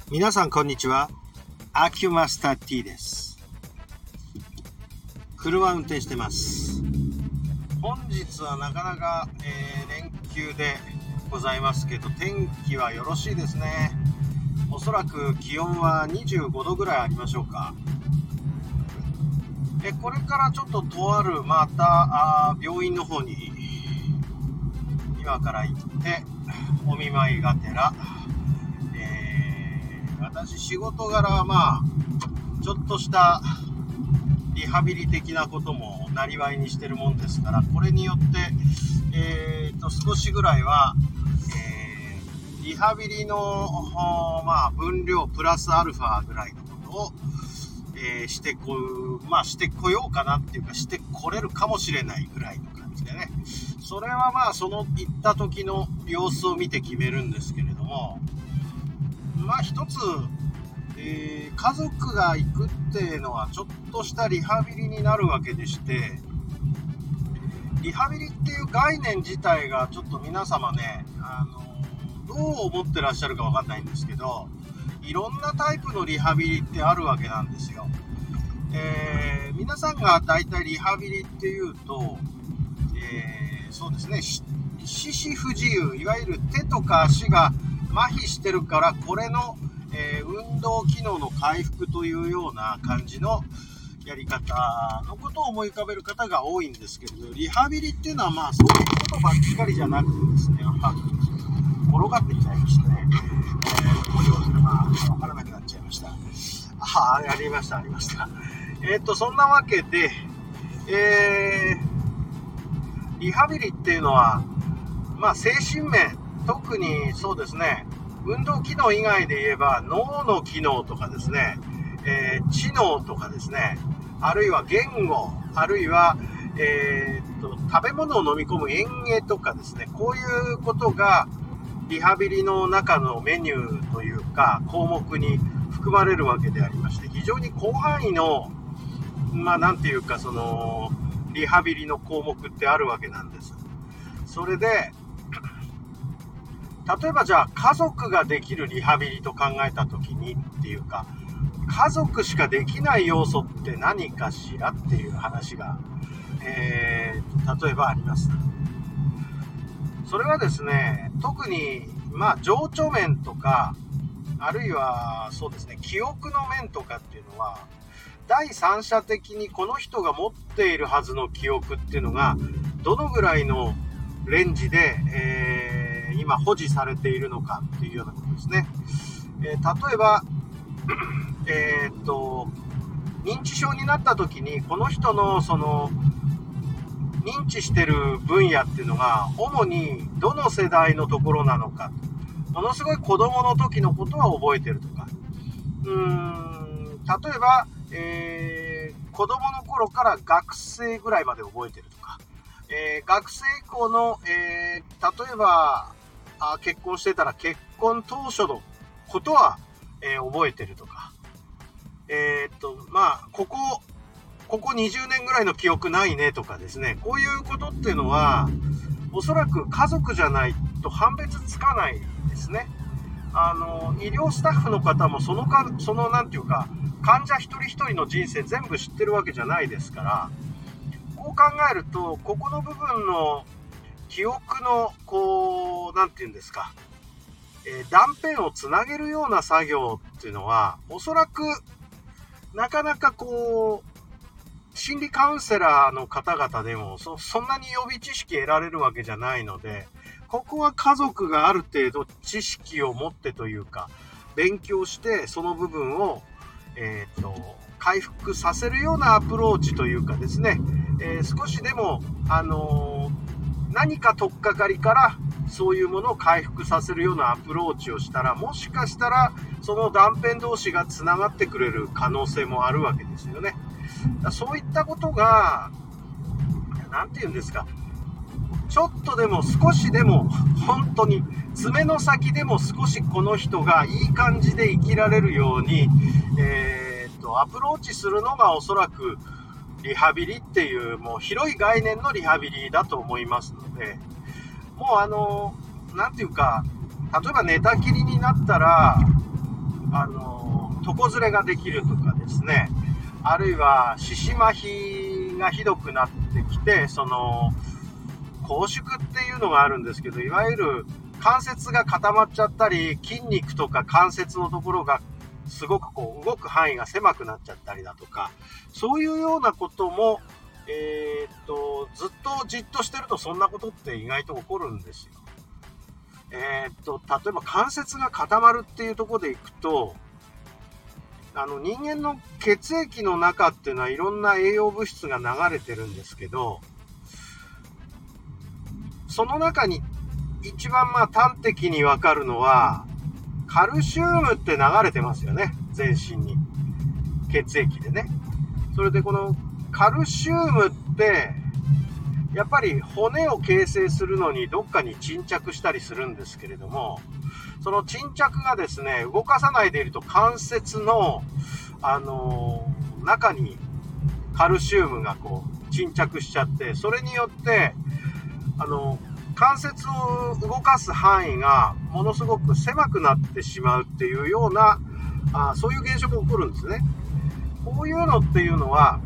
皆さんこんにちは。アキュマスター T です。車運転してます。本日はなかなか、連休でございますけど、天気はよろしいですね。おそらく気温は25度ぐらいありましょうか。これからちょっととあるまた病院の方に今から行ってお見舞いがてら、私仕事柄はちょっとしたリハビリ的なこともなりわいにしてるもんですから、これによって、少しぐらいは、リハビリの、分量プラスアルファぐらいのことを、してこようかなっていうか、してこれるかもしれないぐらいの感じでね。それはその行った時の様子を見て決めるんですけれども、一つ、家族が行くっていうのはちょっとしたリハビリになるわけでして、リハビリっていう概念自体がちょっと皆様ね、どう思ってらっしゃるかわかんないんですけど、いろんなタイプのリハビリってあるわけなんですよ。皆さんがだいたいリハビリっていうと、そうですね、四肢不自由、いわゆる手とか足が麻痺してるから、これの、運動機能の回復というような感じのやり方のことを思い浮かべる方が多いんですけれど、リハビリっていうのはそういうことばっかりじゃなくてですね、転がってきちゃいましたね。分からなくなっちゃいました。ありました。そんなわけで、リハビリっていうのは、精神面、特にそうですね、運動機能以外で言えば脳の機能とかですね、知能とかですね、あるいは言語、あるいは、食べ物を飲み込む嚥下とかですね、こういうことがリハビリの中のメニューというか項目に含まれるわけでありまして、非常に広範囲のなんていうか、そのリハビリの項目ってあるわけなんです。それで例えばじゃあ家族ができるリハビリと考えた時にっていうか、家族しかできない要素って何かしらっていう話が、例えばあります。それはですね、特に情緒面とか、あるいはそうですね、記憶の面とかっていうのは、第三者的にこの人が持っているはずの記憶っていうのがどのぐらいのレンジで、今保持されているのかっていうようなことですね。例えば、認知症になった時にこの人のその認知してる分野っていうのが主にどの世代のところなのか、ものすごい子供の時のことは覚えてるとか、例えば、子供の頃から学生ぐらいまで覚えてるとか、学生以降の、例えば結婚してたら結婚当初のことは、覚えてるとか、ここ20年ぐらいの記憶ないねとかですね、こういうことっていうのはおそらく家族じゃないと判別つかないですね。医療スタッフの方もそのなんていうか、患者一人一人の人生全部知ってるわけじゃないですから、こう考えるとここの部分の記憶のなんていうんですか、断片をつなげるような作業っていうのはおそらくなかなか心理カウンセラーの方々でもそんなに予備知識得られるわけじゃないので、ここは家族がある程度知識を持ってというか勉強してその部分を、回復させるようなアプローチというかですね、少しでも、何か取っかかりからそういうものを回復させるようなアプローチをしたら、もしかしたらその断片同士がつながってくれる可能性もあるわけですよね。そういったことがなんていうんですか、ちょっとでも少しでも本当に爪の先でも少しこの人がいい感じで生きられるように、アプローチするのがおそらくリハビリっていうもう広い概念のリハビリだと思いますので、もうなんていうか、例えば寝たきりになったら床ずれができるとかですね、あるいは四肢麻痺がひどくなってきて、拘縮っていうのがあるんですけど、いわゆる関節が固まっちゃったり、筋肉とか関節のところがすごく動く範囲が狭くなっちゃったりだとか、そういうようなことも、ずっとじっとしてるとそんなことって意外と起こるんですよ。例えば関節が固まるっていうところでいくと、人間の血液の中っていうのはいろんな栄養物質が流れてるんですけど、その中に一番端的にわかるのは、カルシウムって流れてますよね、全身に。血液でね。それでこのカルシウムってやっぱり骨を形成するのにどっかに沈着したりするんですけれども、その沈着がですね、動かさないでいると関節の、中にカルシウムが沈着しちゃって、それによって関節を動かす範囲がものすごく狭くなってしまうっていうようなそういう現象が起こるんですね。こういうのっていうのは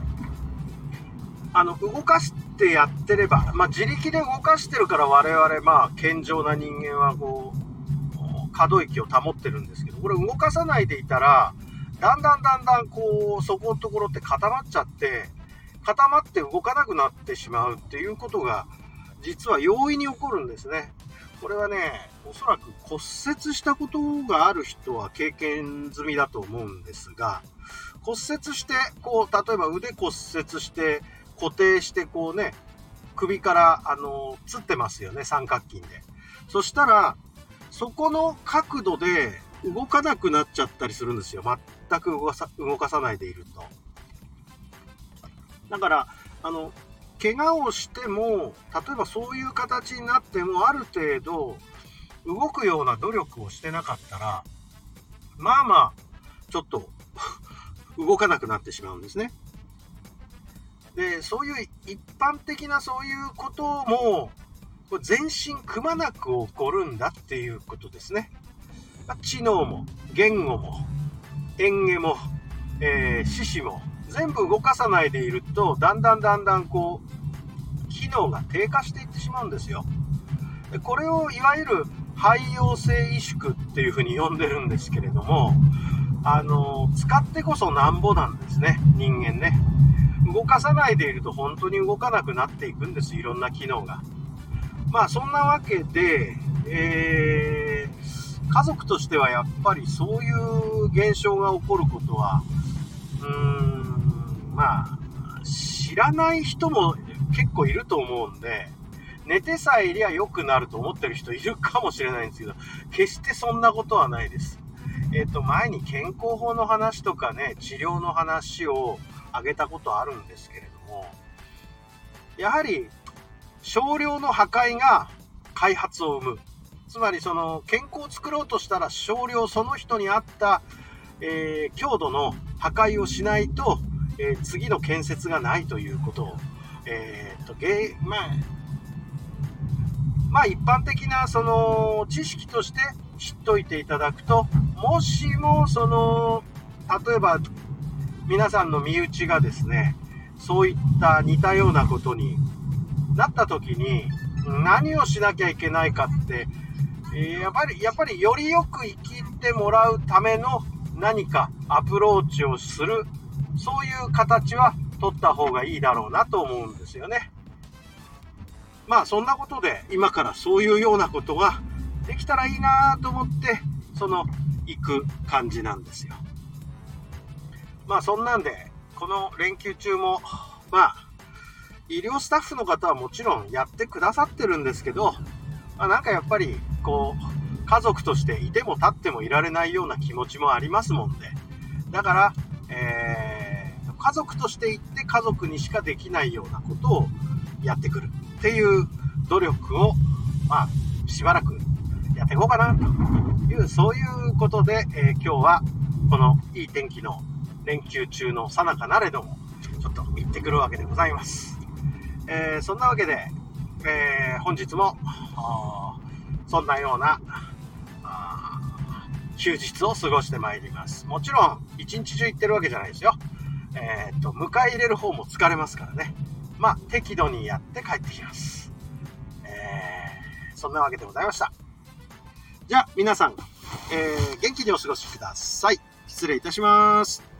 動かしてやってれば、自力で動かしてるから我々健常な人間は可動域を保ってるんですけど、これ動かさないでいたらだんだんそこのところって固まって動かなくなってしまうっていうことが実は容易に起こるんですね。これはね、おそらく骨折したことがある人は経験済みだと思うんですが、骨折して例えば腕骨折して固定して首からつってますよね、三角筋で。そしたらそこの角度で動かなくなっちゃったりするんですよ、全く動かさないでいると。だから怪我をしても、例えばそういう形になってもある程度動くような努力をしてなかったらちょっと動かなくなってしまうんですね。で、そういう一般的なそういうことも全身くまなく起こるんだっていうことですね。知能も言語も嚥下も、四肢も全部動かさないでいると、だんだん機能が低下していってしまうんですよ。でこれをいわゆる肺陽性萎縮っていうふうに呼んでるんですけれども、使ってこそなんぼなんですね、人間ね。動かさないでいると本当に動かなくなっていくんです、いろんな機能が。そんなわけで、家族としてはやっぱりそういう現象が起こることは知らない人も結構いると思うんで、寝てさえいりゃ良くなると思ってる人いるかもしれないんですけど、決してそんなことはないです。前に健康法の話とかね、治療の話を挙げたことあるんですけれども、やはり少量の破壊が開発を生む。つまり健康を作ろうとしたら少量その人に合った、強度の破壊をしないと、次の建設がないということを、一般的な知識として知っといていただくと、もしも例えば皆さんの身内がですね、そういった似たようなことになった時に何をしなきゃいけないかって、やっぱりよりよく生きてもらうための何かアプローチをする、そういう形は取った方がいいだろうなと思うんですよね。そんなことで今からそういうようなことができたらいいなと思って行く感じなんですよ。そんなんでこの連休中も医療スタッフの方はもちろんやってくださってるんですけど、なんかやっぱり家族としていても立ってもいられないような気持ちもありますもんで、だから、家族として行って家族にしかできないようなことをやってくるっていう努力をしばらくやっていこうかなという、そういうことで、今日はこのいい天気の連休中の最中なれどもちょっと行ってくるわけでございます。そんなわけで、本日もそんなような休日を過ごしてまいります。もちろん一日中行ってるわけじゃないですよ。迎え入れる方も疲れますからね。まあ適度にやって帰ってきます。そんなわけでございました。じゃあ皆さん、元気にお過ごしください。失礼いたします。